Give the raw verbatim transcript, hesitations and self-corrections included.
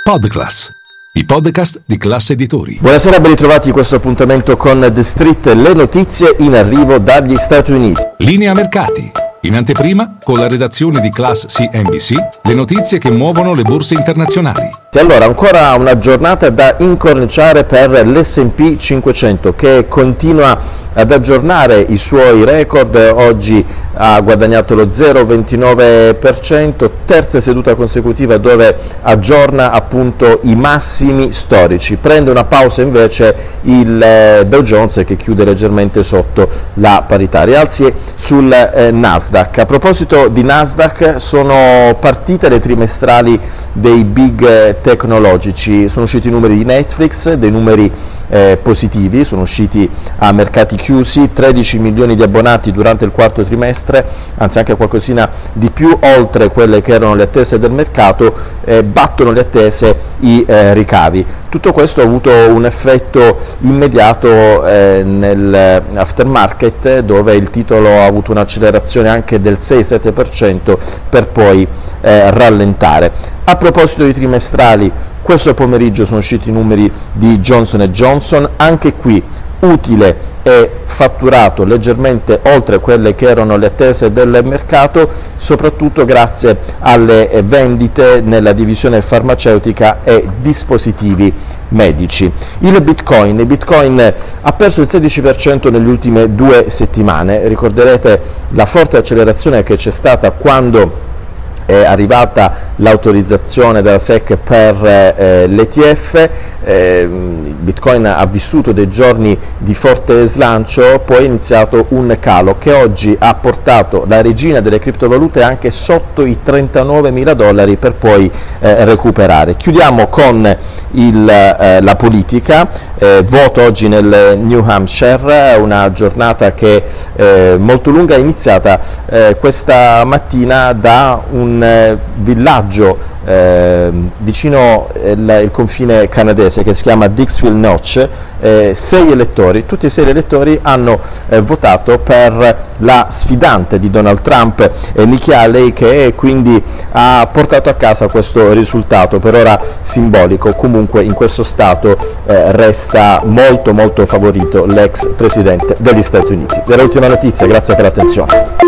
Podclass, i podcast di Class Editori. Buonasera, ben ritrovati a questo appuntamento con The Street, le notizie in arrivo dagli Stati Uniti. Linea mercati. In anteprima, con la redazione di Class C N B C, le notizie che muovono le borse internazionali. E allora, ancora una giornata da incorniciare per l'S and P cinquecento, che continua ad aggiornare i suoi record. Oggi ha guadagnato lo zero virgola ventinove per cento, terza seduta consecutiva dove aggiorna appunto i massimi storici. Prende una pausa invece il Dow Jones, che chiude leggermente sotto la parità. Rialzi sul eh, Nasdaq. A proposito di Nasdaq, sono partite le trimestrali dei big tecnologici, sono usciti i numeri di Netflix, dei numeri eh, positivi, sono usciti a mercati chiusi, tredici milioni di abbonati durante il quarto trimestre, anzi anche qualcosina di più, oltre quelle che erano le attese del mercato, eh, battono le attese i eh, ricavi. Tutto questo ha avuto un effetto immediato eh, nel aftermarket, dove il titolo ha avuto un'accelerazione anche del sei sette per cento per poi eh, rallentare. A proposito di trimestrali, questo pomeriggio sono usciti i numeri di Johnson and Johnson, anche qui utile e fatturato leggermente oltre quelle che erano le attese del mercato, soprattutto grazie alle vendite nella divisione farmaceutica e dispositivi medici. Il Bitcoin, il Bitcoin ha perso il sedici per cento nelle ultime due settimane, ricorderete la forte accelerazione che c'è stata quando è arrivata l'autorizzazione della S E C per eh, l'E T F. eh, Bitcoin ha vissuto dei giorni di forte slancio, poi è iniziato un calo che oggi ha portato la regina delle criptovalute anche sotto i trentanovemila dollari per poi eh, recuperare. Chiudiamo con il, eh, la politica, eh, voto oggi nel New Hampshire, una giornata che è eh, molto lunga, è iniziata eh, questa mattina da un eh, villaggio eh, vicino il, il confine canadese che si chiama Dixville Notch. Eh, sei elettori, tutti e sei gli elettori hanno eh, votato per la sfidante di Donald Trump, eh, Nikki Haley, che quindi ha portato a casa questo risultato per ora simbolico. Comunque in questo stato eh, resta molto molto favorito l'ex presidente degli Stati Uniti. Era l'ultima notizia, grazie per l'attenzione.